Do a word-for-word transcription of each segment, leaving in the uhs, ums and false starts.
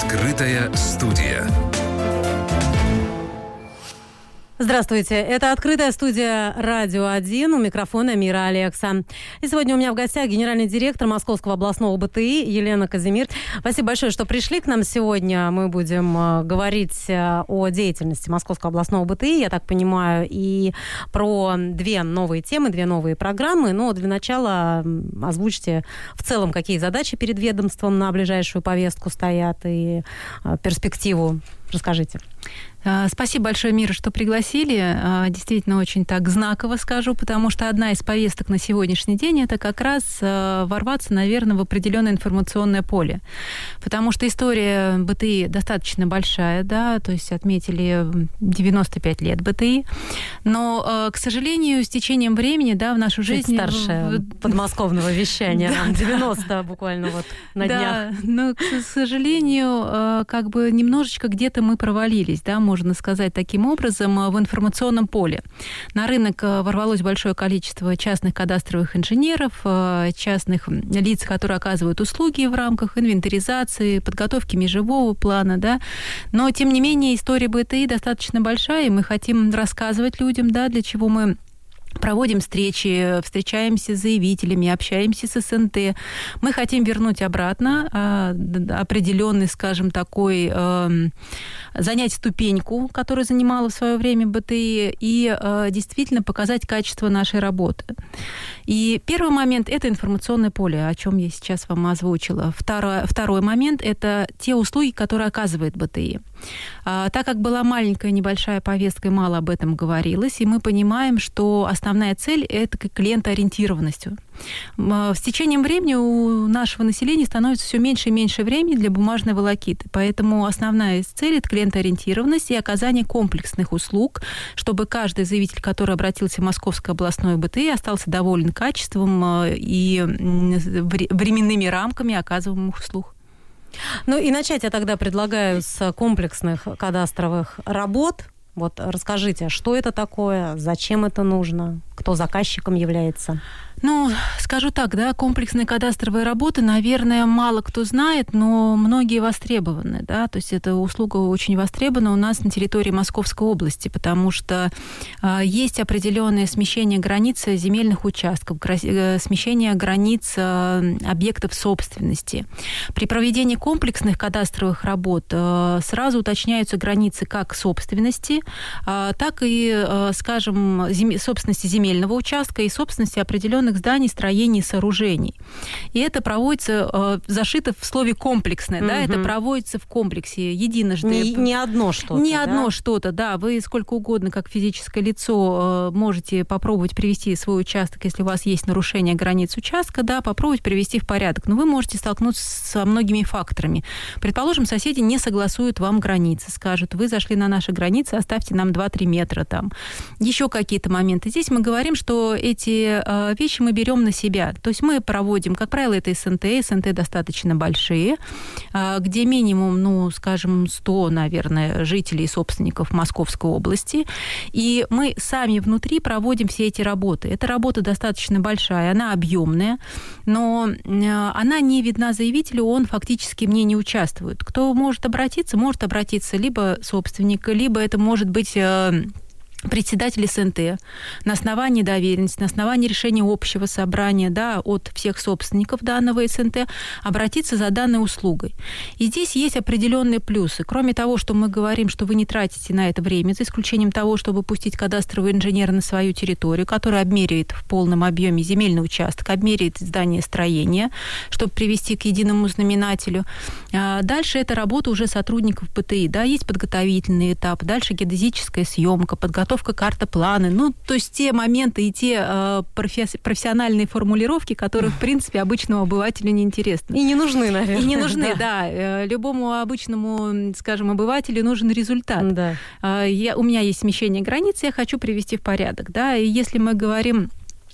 Открытая студия. Здравствуйте, это «Открытая студия Радио один», у микрофона Мира Алекса. И сегодня у меня в гостях генеральный директор Московского областного БТИ Елена Казимир. Спасибо большое, что пришли к нам сегодня. Мы будем говорить о деятельности Московского областного БТИ, я так понимаю, и про две новые темы, две новые программы. Но для начала озвучьте в целом, какие задачи перед ведомством на ближайшую повестку стоят и перспективу. Расскажите. Спасибо большое, Мира, что пригласили. Действительно, очень так знаково скажу, потому что одна из повесток на сегодняшний день – это как раз ворваться, наверное, в определенное информационное поле. Потому что история БТИ достаточно большая, да, то есть отметили девяносто пять лет БТИ. Но, к сожалению, с течением времени, да, в нашу жизнь... Чуть старше подмосковного вещания. девяносто буквально вот на днях. Да, но, к сожалению, как бы немножечко где-то мы провалились, да, можно сказать таким образом, в информационном поле. На рынок ворвалось большое количество частных кадастровых инженеров, частных лиц, которые оказывают услуги в рамках инвентаризации, подготовки межевого плана, да. Но, тем не менее, история БТИ достаточно большая, и мы хотим рассказывать людям, да, для чего мы проводим встречи, встречаемся с заявителями, общаемся с СНТ. Мы хотим вернуть обратно э, определенный, скажем, такой, э, занять ступеньку, которую занимала в свое время БТИ, и э, действительно показать качество нашей работы. И первый момент – это информационное поле, о чем я сейчас вам озвучила. Второй, второй момент – это те услуги, которые оказывает БТИ. А, так как была маленькая, небольшая повестка, и мало об этом говорилось, и мы понимаем, что основная цель – это клиентоориентированность. С течением времени у нашего населения становится все меньше и меньше времени для бумажной волокиты. Поэтому основная цель – это клиентоориентированность и оказание комплексных услуг, чтобы каждый заявитель, который обратился в Московское областное БТИ, остался доволен качеством и временными рамками оказываемых услуг. Ну и начать я тогда предлагаю с комплексных кадастровых работ. Вот расскажите, что это такое, зачем это нужно, кто заказчиком является? Ну, скажу так, да, комплексные кадастровые работы, наверное, мало кто знает, но многие востребованы, да, то есть эта услуга очень востребована у нас на территории Московской области, потому что э, есть определенное смещение границ земельных участков, э, смещение границ э, объектов собственности. При проведении комплексных кадастровых работ э, сразу уточняются границы как собственности, э, так и, э, скажем, зем... собственности земельного участка и собственности определенных зданий, строений, сооружений. И это проводится, э, зашито в слове комплексное, угу. да, это проводится в комплексе, единожды. Не, не одно что-то, Не да? одно что-то, да. Вы сколько угодно, как физическое лицо, э, можете попробовать привести свой участок, если у вас есть нарушение границ участка, да, попробовать привести в порядок. Но вы можете столкнуться со многими факторами. Предположим, соседи не согласуют вам границы, скажут, вы зашли на наши границы, оставьте нам два-три метра там. Еще какие-то моменты. Здесь мы говорим, что эти э, вещи мы берем на себя. То есть мы проводим, как правило, это СНТ, СНТ достаточно большие, где минимум, ну, скажем, сто, наверное, жителей и собственников Московской области. И мы сами внутри проводим все эти работы. Эта работа достаточно большая, она объемная, но она не видна заявителю, он фактически в ней не участвует. Кто может обратиться, может обратиться либо собственник, либо это может быть председатель СНТ на основании доверенности, на основании решения общего собрания, да, от всех собственников данного СНТ обратиться за данной услугой. И здесь есть определенные плюсы. Кроме того, что мы говорим, что вы не тратите на это время, за исключением того, чтобы пустить кадастрового инженера на свою территорию, который обмеряет в полном объеме земельный участок, обмеряет здание строения, чтобы привести к единому знаменателю. Дальше это работа уже сотрудников БТИ. Да, есть подготовительный этап, дальше геодезическая съемка, подготовка карты-планы, ну, то есть те моменты и те э, профессиональные формулировки, которые, в принципе, обычному обывателю не интересны. И не нужны, наверное. И не нужны, да. да. Любому обычному, скажем, обывателю нужен результат. Да. Я, у меня есть смещение границ, я хочу привести в порядок, да, и если мы говорим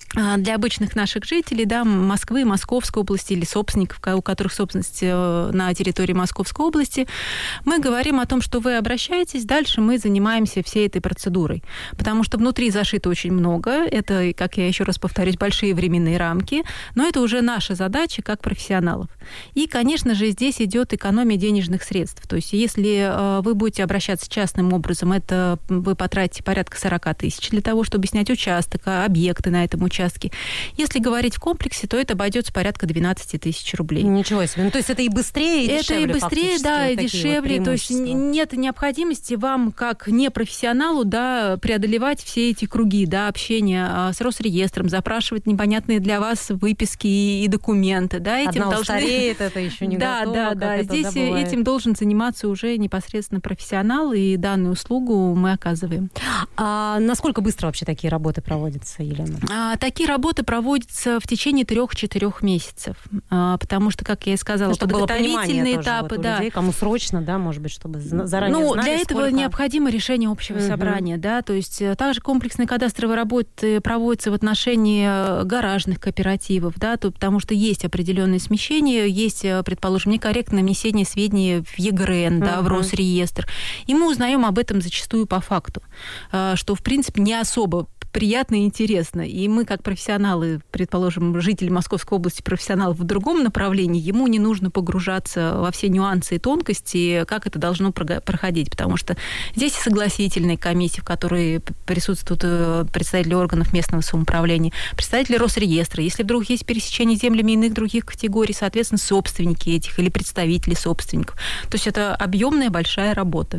для обычных наших жителей, да, Москвы, Московской области или собственников, у которых собственность на территории Московской области, мы говорим о том, что вы обращаетесь, дальше мы занимаемся всей этой процедурой. Потому что внутри зашито очень много, это, как я еще раз повторюсь, большие временные рамки, но это уже наша задача как профессионалов. И, конечно же, здесь идет экономия денежных средств. То есть если вы будете обращаться частным образом, это вы потратите порядка сорок тысяч для того, чтобы снять участок, объекты на этом участке. Если говорить в комплексе, то это обойдется порядка двенадцать тысяч рублей. Ничего себе. Ну, то есть это и быстрее, и это дешевле. Это и быстрее, да, и дешевле. Вот то есть нет необходимости вам, как непрофессионалу, да, преодолевать все эти круги, да, общения с Росреестром, запрашивать непонятные для вас выписки и документы. Да, этим Одна должны... устареет, это еще не да, готово. Да, да, да. Здесь этим должен заниматься уже непосредственно профессионал, и данную услугу мы оказываем. А насколько быстро вообще такие работы проводятся, Елена? А, Такие работы проводятся в течение трех-четырех месяцев, потому что, как я и сказала, ну, подготовительные этапы, вот да. людей, кому срочно, да, может быть, чтобы заранее ну, знали, для этого сколько... необходимо решение общего uh-huh. собрания, да, то есть также комплексные кадастровые работы проводятся в отношении гаражных кооперативов, да, то, потому что есть определенные смещения, есть, предположим, некорректное внесение сведений в ЕГРН, uh-huh. да, в Росреестр, и мы узнаем об этом зачастую по факту, что, в принципе, не особо приятно и интересно. И мы, как профессионалы, предположим, жители Московской области, профессионалы в другом направлении, ему не нужно погружаться во все нюансы и тонкости, как это должно проходить, потому что здесь и согласительные комиссии, в которой присутствуют представители органов местного самоуправления, представители Росреестра. Если вдруг есть пересечение землями иных других категорий, соответственно, собственники этих или представители собственников. То есть это объемная большая работа.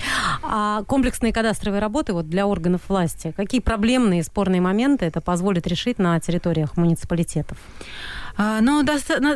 А комплексные кадастровые работы вот для органов власти, какие проблемные и спорные моменты это позволит решить на территориях муниципалитетов? Ну,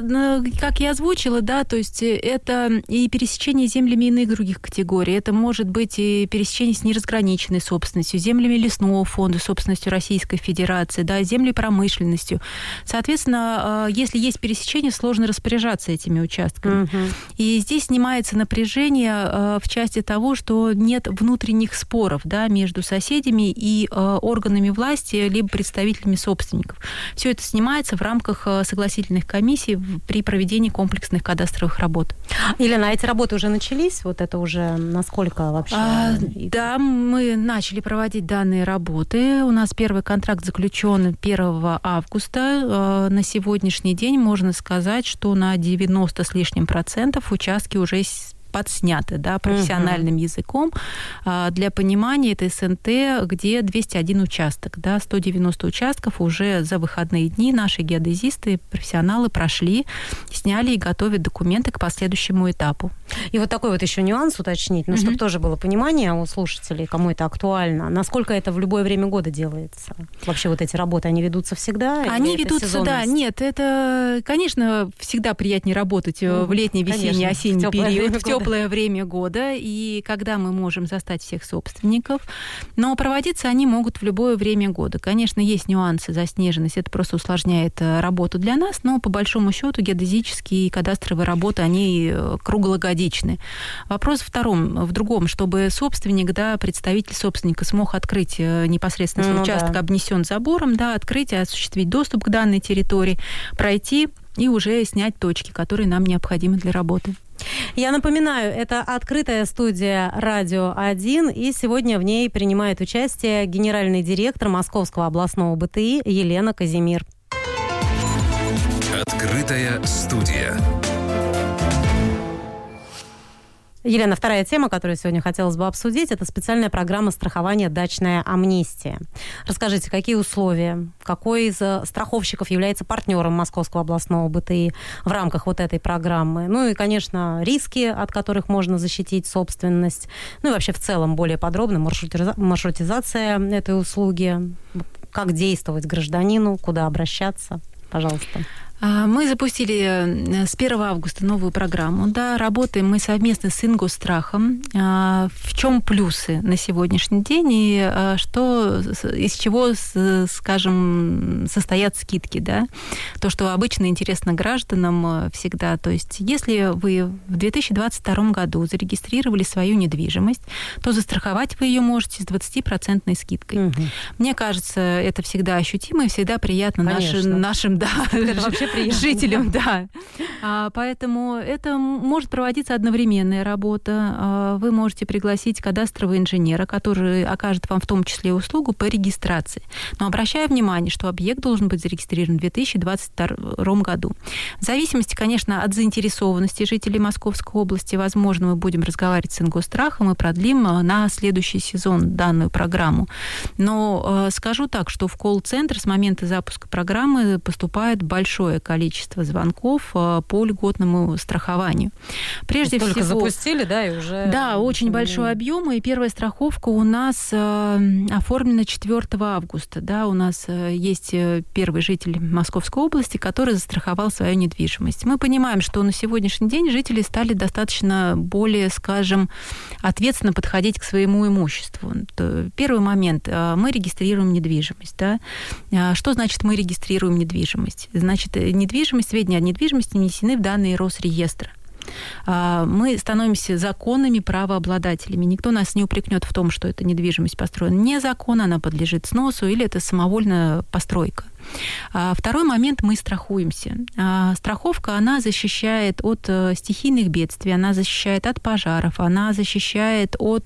как я озвучила, да, то есть это и пересечение землями иных других категорий, это может быть и пересечение с неразграниченной собственностью, землями лесного фонда, собственностью Российской Федерации, да, землей промышленностью. Соответственно, если есть пересечение, сложно распоряжаться этими участками. Угу. И здесь снимается напряжение в части того, что нет внутренних споров, да, между соседями и органами власти, либо представителями собственников. Все это снимается в рамках согласия комиссий при проведении комплексных кадастровых работ. Елена, а эти работы уже начались? Вот это уже насколько вообще? А, да, мы начали проводить данные работы. У нас первый контракт заключен первого августа. На сегодняшний день можно сказать, что на девяносто с лишним процентов участки уже подсняты, да, профессиональным uh-huh. языком. Для понимания, это СНТ, где двести один участок, да, сто девяносто участков уже за выходные дни наши геодезисты, профессионалы прошли, сняли и готовят документы к последующему этапу. И вот такой вот еще нюанс уточнить, ну, uh-huh. чтобы тоже было понимание у слушателей, кому это актуально, насколько это в любое время года делается? Вообще вот эти работы, они ведутся всегда? Они ведутся, да. Нет, это, конечно, всегда приятнее работать uh-huh. в летний, весенний, конечно, осенний период, в теплое время года, и когда мы можем застать всех собственников. Но проводиться они могут в любое время года. Конечно, есть нюансы, заснеженность, это просто усложняет работу для нас, но по большому счету геодезические и кадастровые работы, они круглогодичны. Вопрос в втором, в другом, чтобы собственник, да, представитель собственника смог открыть непосредственно, если ну, участок да. обнесен забором, да, открыть и осуществить доступ к данной территории, пройти и уже снять точки, которые нам необходимы для работы. Я напоминаю, это открытая студия «Радио один», и сегодня в ней принимает участие генеральный директор Московского областного БТИ Елена Казимир. Открытая студия. Елена, вторая тема, которую сегодня хотелось бы обсудить, это специальная программа страхования «Дачная амнистия». Расскажите, какие условия, какой из страховщиков является партнером Московского областного БТИ в рамках вот этой программы? Ну и, конечно, риски, от которых можно защитить собственность. Ну и вообще в целом более подробно маршрутизация этой услуги, как действовать гражданину, куда обращаться. Пожалуйста. Мы запустили с первого августа новую программу. Да, работаем мы совместно с Ингосстрахом. В чем плюсы на сегодняшний день и что, из чего, скажем, состоят скидки, да? То, что обычно интересно гражданам всегда. То есть, если вы в две тысячи двадцать втором году зарегистрировали свою недвижимость, то застраховать вы ее можете с двадцатипроцентной скидкой. Угу. Мне кажется, это всегда ощутимо и всегда приятно нашим, нашим да, это вообще приятно. Жителям, да. А, поэтому это может проводиться одновременная работа. А, вы можете пригласить кадастрового инженера, который окажет вам в том числе услугу по регистрации. Но обращаю внимание, что объект должен быть зарегистрирован в две тысячи двадцать втором году. В зависимости, конечно, от заинтересованности жителей Московской области, возможно, мы будем разговаривать с Ингосстрахом и продлим на следующий сезон данную программу. Но э, скажу так, что в колл-центр с момента запуска программы поступает большое количество звонков по льготному страхованию. Прежде Только всего... запустили, да, и уже... Да, очень большой объем, и первая страховка у нас э, оформлена четвёртого августа. Да, у нас э, есть первый житель Московской области, который застраховал свою недвижимость. Мы понимаем, что на сегодняшний день жители стали достаточно более, скажем, ответственно подходить к своему имуществу. Первый момент. Мы регистрируем недвижимость. Да? Что значит мы регистрируем недвижимость? Значит, недвижимость, сведения о недвижимости внесены в данные Росреестра. Мы становимся законными правообладателями. Никто нас не упрекнет в том, что эта недвижимость построена незаконно, она подлежит сносу, или это самовольная постройка. Второй момент — мы страхуемся. Страховка, она защищает от стихийных бедствий, она защищает от пожаров, она защищает от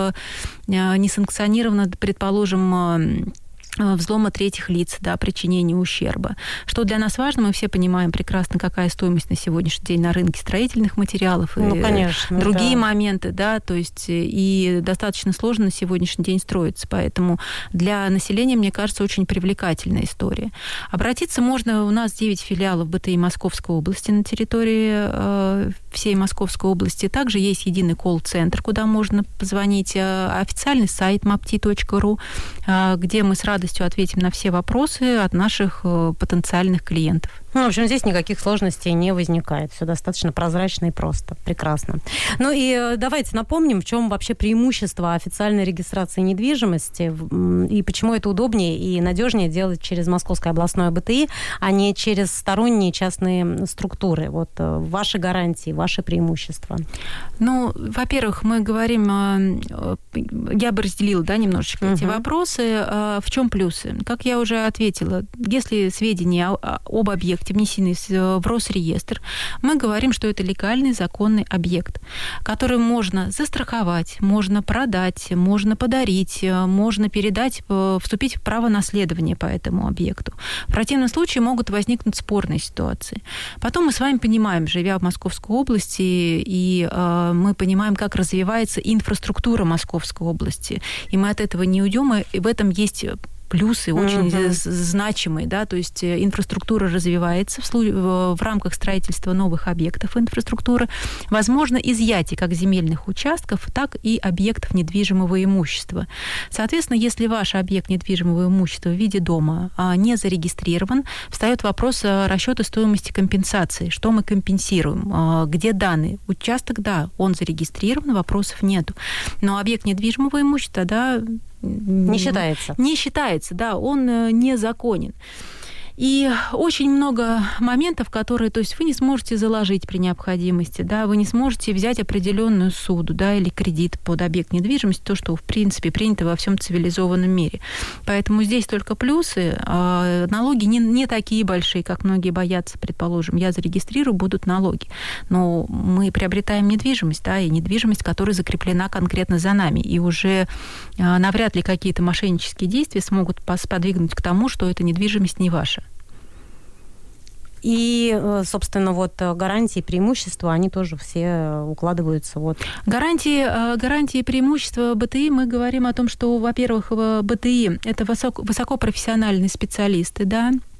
несанкционированного, предположим, взлома третьих лиц, да, причинения ущерба. Что для нас важно, мы все понимаем прекрасно, какая стоимость на сегодняшний день на рынке строительных материалов и ну, конечно, другие да. моменты, да, то есть и достаточно сложно на сегодняшний день строиться, поэтому для населения, мне кажется, очень привлекательная история. Обратиться можно, у нас девять филиалов БТИ Московской области на территории э, всей Московской области, также есть единый колл-центр, куда можно позвонить, официальный сайт мапти точка ру, э, где мы с радостью ответим на все вопросы от наших потенциальных клиентов. Ну, в общем, здесь никаких сложностей не возникает. Все достаточно прозрачно и просто. Прекрасно. Ну и давайте напомним, в чем вообще преимущество официальной регистрации недвижимости и почему это удобнее и надежнее делать через Московское областное БТИ, а не через сторонние частные структуры. Вот ваши гарантии, ваши преимущества. Ну, во-первых, мы говорим, я бы разделила, да, немножечко uh-huh. эти вопросы. В чем плюсы? Как я уже ответила, если сведения об объекте внесены в Росреестр, мы говорим, что это легальный законный объект, который можно застраховать, можно продать, можно подарить, можно передать, вступить в право наследования по этому объекту. В противном случае могут возникнуть спорные ситуации. Потом мы с вами понимаем, живя в Московской области, и э, мы понимаем, как развивается инфраструктура Московской области, и мы от этого не уйдем, и в этом есть плюсы очень uh-huh. значимые, да, то есть инфраструктура развивается в, в рамках строительства новых объектов инфраструктуры. Возможно изъятие как земельных участков, так и объектов недвижимого имущества. Соответственно, если ваш объект недвижимого имущества в виде дома не зарегистрирован, встает вопрос расчета стоимости компенсации. Что мы компенсируем? Где данные? Участок, да, он зарегистрирован, вопросов нету. Но объект недвижимого имущества, да, не считается. Не считается, да, он незаконен. И очень много моментов, которые, то есть вы не сможете заложить при необходимости, да, вы не сможете взять определенную суду, да, или кредит под объект недвижимости, то, что, в принципе, принято во всем цивилизованном мире. Поэтому здесь только плюсы. А налоги не, не такие большие, как многие боятся, предположим. Я зарегистрирую, будут налоги. Но мы приобретаем недвижимость, да, и недвижимость, которая закреплена конкретно за нами. И уже навряд ли какие-то мошеннические действия смогут сподвигнуть к тому, что эта недвижимость не ваша. И, собственно, вот гарантии, преимущества, они тоже все укладываются. Вот. Гарантии, гарантии преимущества БТИ, мы говорим о том, что, во-первых, БТИ – это высоко, высокопрофессиональные специалисты, да,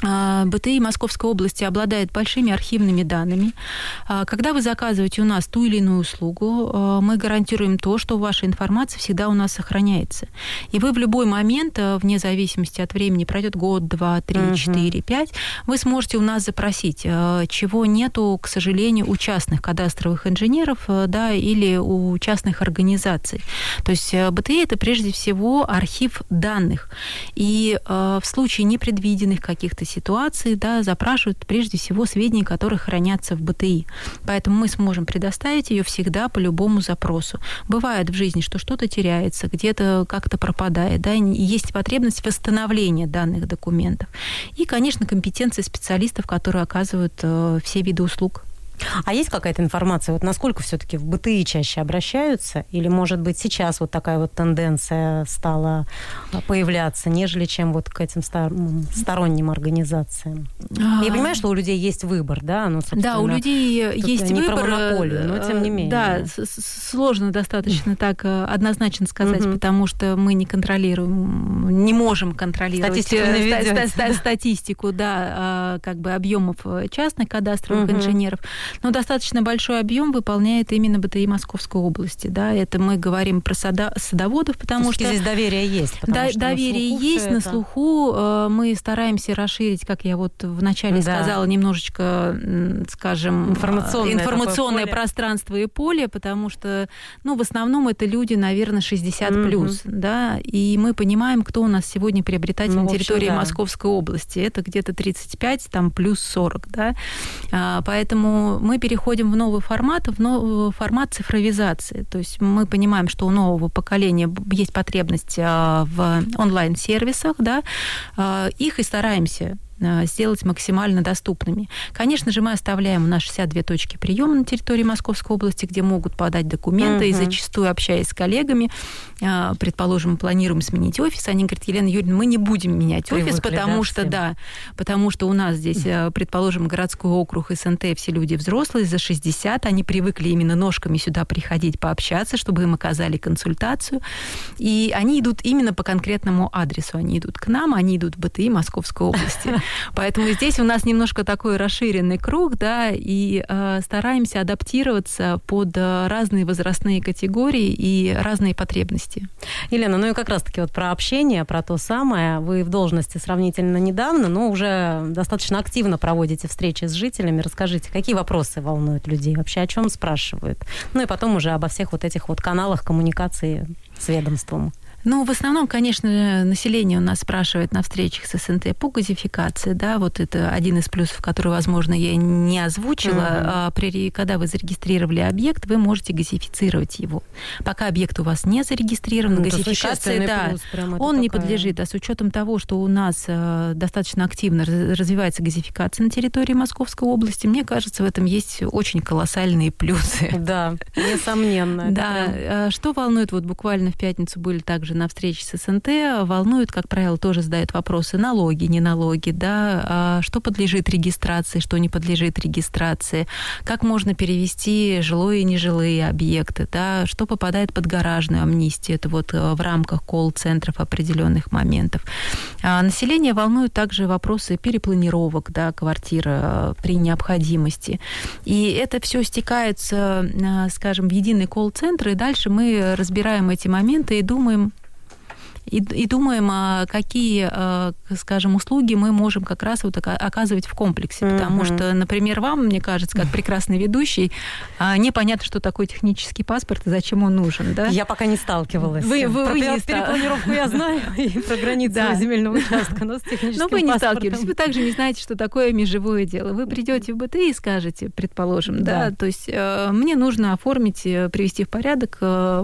БТИ Московской области обладает большими архивными данными. Когда вы заказываете у нас ту или иную услугу, мы гарантируем то, что ваша информация всегда у нас сохраняется. И вы в любой момент, вне зависимости от времени, пройдет год, два, три, uh-huh. четыре, пять, вы сможете у нас запросить, чего нету, к сожалению, у частных кадастровых инженеров, да, или у частных организаций. То есть БТИ – это прежде всего архив данных. И в случае непредвиденных каких-то ситуации, да, запрашивают прежде всего сведения, которые хранятся в БТИ. Поэтому мы сможем предоставить ее всегда по любому запросу. Бывает в жизни, что что-то теряется, где-то как-то пропадает, да, и есть потребность восстановления данных документов. И, конечно, компетенции специалистов, которые оказывают э, все виды услуг. А есть какая-то информация, вот насколько все-таки в БТИ чаще обращаются, или, может быть, сейчас вот такая вот тенденция стала появляться, нежели чем вот к этим сторонним организациям? А... Я понимаю, что у людей есть выбор, да? Ну, да, у людей есть не выбор. Про монополию, но тем не менее. Да, сложно достаточно так однозначно сказать, угу. потому что мы не контролируем, не можем контролировать статистику, статистику, да, как бы объемов частных кадастровых угу. инженеров. Но достаточно большой объем выполняет именно БТИ Московской области. Да, это мы говорим про сада, садоводов, потому что... здесь доверие есть. Да, доверие на есть, на это... слуху. Мы стараемся расширить, как я вот вначале да. сказала, немножечко, скажем, информационное, информационное пространство и поле, потому что, ну, в основном это люди, наверное, шестьдесят плюс, mm-hmm. да, и мы понимаем, кто у нас сегодня приобретатель ну, на территории общем, да. Московской области. Это где-то тридцать пять, там, плюс сорок, да. Поэтому мы переходим в новый формат, в новый формат цифровизации. То есть мы понимаем, что у нового поколения есть потребность в онлайн-сервисах, да, их и стараемся сделать максимально доступными. Конечно же, мы оставляем у нас шестьдесят две точки приема на территории Московской области, где могут подать документы, uh-huh. и зачастую, общаясь с коллегами, предположим, мы планируем сменить офис, они говорят: Елена Юрьевна, мы не будем менять Привыкли, офис, потому да, что, да, потому что у нас здесь, предположим, городской округ СНТ, все люди взрослые, за шестьдесят, они привыкли именно ножками сюда приходить, пообщаться, чтобы им оказали консультацию, и они идут именно по конкретному адресу, они идут к нам, они идут в БТИ Московской области. Поэтому здесь у нас немножко такой расширенный круг, да, и э, стараемся адаптироваться под разные возрастные категории и разные потребности. Елена, ну и как раз-таки вот про общение, про то самое. Вы в должности сравнительно недавно, но уже достаточно активно проводите встречи с жителями. Расскажите, какие вопросы волнуют людей вообще, о чем спрашивают? Ну и потом уже обо всех вот этих вот каналах коммуникации с ведомством. Ну, в основном, конечно, население у нас спрашивает на встречах с СНТ по газификации, да, вот это один из плюсов, который, возможно, я не озвучила. Mm-hmm. А при, когда вы зарегистрировали объект, вы можете газифицировать его. Пока объект у вас не зарегистрирован, ну, газификация, да, плюс, он не такая... подлежит. А с учетом того, что у нас достаточно активно развивается газификация на территории Московской области, мне кажется, в этом есть очень колоссальные плюсы. Да, несомненно. Да, что волнует, вот буквально в пятницу были также на встрече с СНТ, волнуют, как правило, тоже задают вопросы: налоги, не налоги, да, что подлежит регистрации, что не подлежит регистрации, как можно перевести жилые и нежилые объекты, да, что попадает под гаражную амнистию, это вот в рамках колл-центров определенных моментов. А население волнуют также вопросы перепланировок, да, квартир при необходимости. И это все стекается, скажем, в единый колл-центр, и дальше мы разбираем эти моменты и думаем, И, и думаем, какие, скажем, услуги мы можем как раз вот оказывать в комплексе. Mm-hmm. Потому что, например, вам, мне кажется, как прекрасный ведущий, непонятно, что такое технический паспорт и зачем он нужен. Да? Я пока не сталкивалась. Вы, вы, про вы не перепланировку я знаю, и про границу да. земельного участка, но с техническим но вы не паспортом. сталкивались. Вы также не знаете, что такое межевое дело. Вы придете в БТИ и скажете, предположим, да, да то есть мне нужно оформить, привести в порядок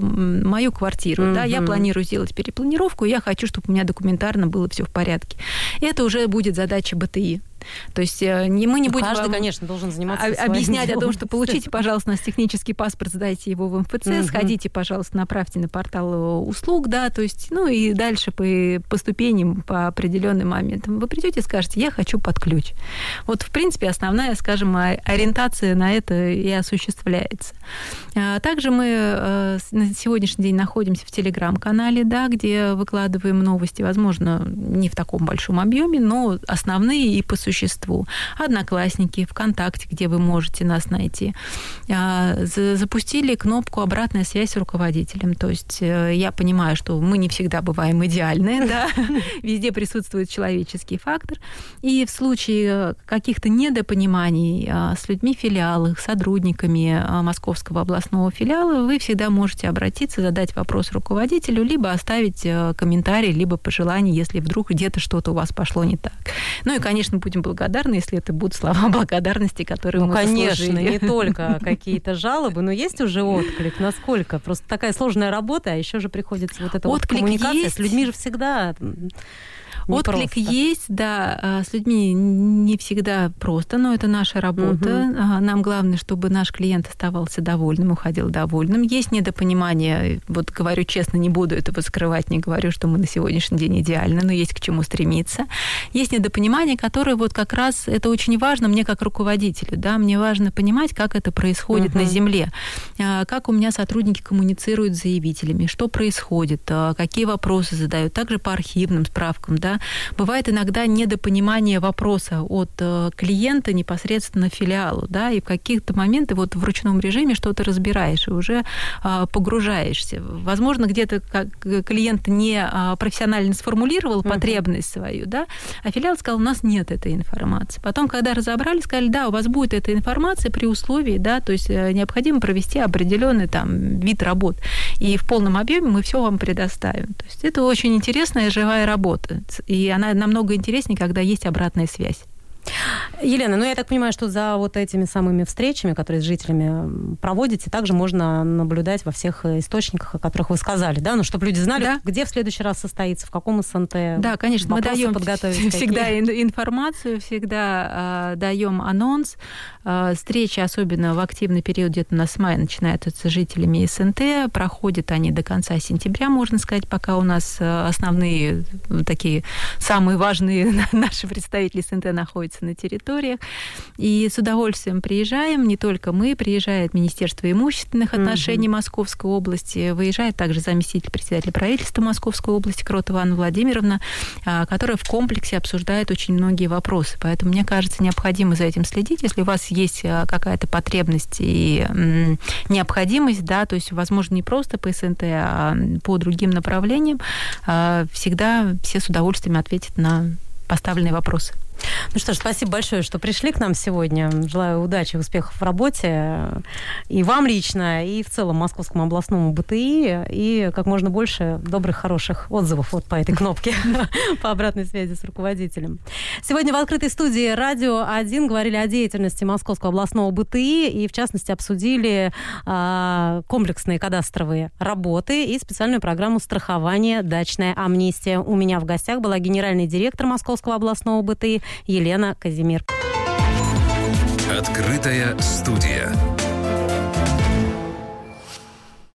мою квартиру. Mm-hmm. Да, я планирую сделать перепланировку, я хочу, чтобы у меня документарно было все в порядке. И это уже будет задача БТИ. То есть не, мы не ну, будем каждый, вам конечно, должен заниматься а, объяснять делом. О том, что получите, пожалуйста, у нас технический паспорт, сдайте его в эм эф цэ, сходите, пожалуйста, направьте на портал услуг, да, то есть, ну и дальше по, по ступеням, по определенным моментам. Вы придете и скажете, я хочу под ключ. Вот, в принципе, основная, скажем, ориентация на это и осуществляется. Также мы на сегодняшний день находимся в Телеграм-канале, да, где выкладываем новости, возможно, не в таком большом объеме, но основные и по существу. Одноклассники, ВКонтакте, где вы можете нас найти. Запустили кнопку «Обратная связь с руководителем». То есть я понимаю, что мы не всегда бываем идеальны, да, везде присутствует человеческий фактор. И в случае каких-то недопониманий с людьми филиала, сотрудниками Московского областного филиала, вы всегда можете обратиться, задать вопрос руководителю, либо оставить комментарий, либо пожелание, если вдруг где-то что-то у вас пошло не так. Ну и, конечно, будем благодарны, если это будут слова благодарности, которые ну, мы конечно, заслужили. не только какие-то жалобы, но есть уже отклик. Насколько? Просто такая сложная работа, а еще же приходится вот эта вот коммуникация есть. С людьми же всегда... Отклик просто. Есть, да, с людьми не всегда просто, но это наша работа. Угу. Нам главное, чтобы наш клиент оставался довольным, уходил довольным. Есть недопонимание, вот говорю честно, не буду этого скрывать, не говорю, что мы на сегодняшний день идеальны, но есть к чему стремиться. Есть недопонимание, которое вот как раз, это очень важно мне как руководителю, да, мне важно понимать, как это происходит угу. на земле, как у меня сотрудники коммуницируют с заявителями, что происходит, какие вопросы задают, также по архивным справкам, да. Бывает иногда недопонимание вопроса от клиента непосредственно филиалу, да, и в каких-то моменты вот в ручном режиме что-то разбираешь и уже погружаешься. Возможно, где-то клиент не профессионально сформулировал uh-huh. потребность свою, да, а филиал сказал, у нас нет этой информации. Потом, когда разобрали, сказали, да, у вас будет эта информация при условии, да, то есть необходимо провести определенный там вид работ, и в полном объеме мы все вам предоставим. То есть это очень интересная живая работа. И она намного интереснее, когда есть обратная связь. Елена, ну я так понимаю, что за вот этими самыми встречами, которые с жителями проводите, также можно наблюдать во всех источниках, о которых вы сказали, да? Ну, чтобы люди знали, да. где в следующий раз состоится, в каком СНТ. Да, конечно, мы даем всегда какие? информацию, всегда э, даем анонс. Э, встречи, особенно в активный период, где-то на с мая начинаются с жителями СНТ, проходят они до конца сентября, можно сказать, пока у нас основные такие самые важные наши представители СНТ находятся на территориях. И с удовольствием приезжаем. Не только мы, приезжает Министерство имущественных отношений mm-hmm. Московской области, выезжает также заместитель председателя правительства Московской области Кротова Анна Владимировна, которая в комплексе обсуждает очень многие вопросы. Поэтому, мне кажется, необходимо за этим следить. Если у вас есть какая-то потребность и необходимость, да, то есть, возможно, не просто по СНТ, а по другим направлениям, всегда все с удовольствием ответят на поставленные вопросы. Ну что ж, спасибо большое, что пришли к нам сегодня. Желаю удачи, успехов в работе. И вам лично, и в целом Московскому областному БТИ. И как можно больше добрых, хороших отзывов вот по этой кнопке, по обратной связи с руководителем. Сегодня в открытой студии «Радио один» говорили о деятельности Московского областного БТИ. И, в частности, обсудили а, комплексные кадастровые работы и специальную программу страхования «Дачная амнистия». У меня в гостях была генеральный директор Московского областного БТИ Елена Казимир. Открытая студия.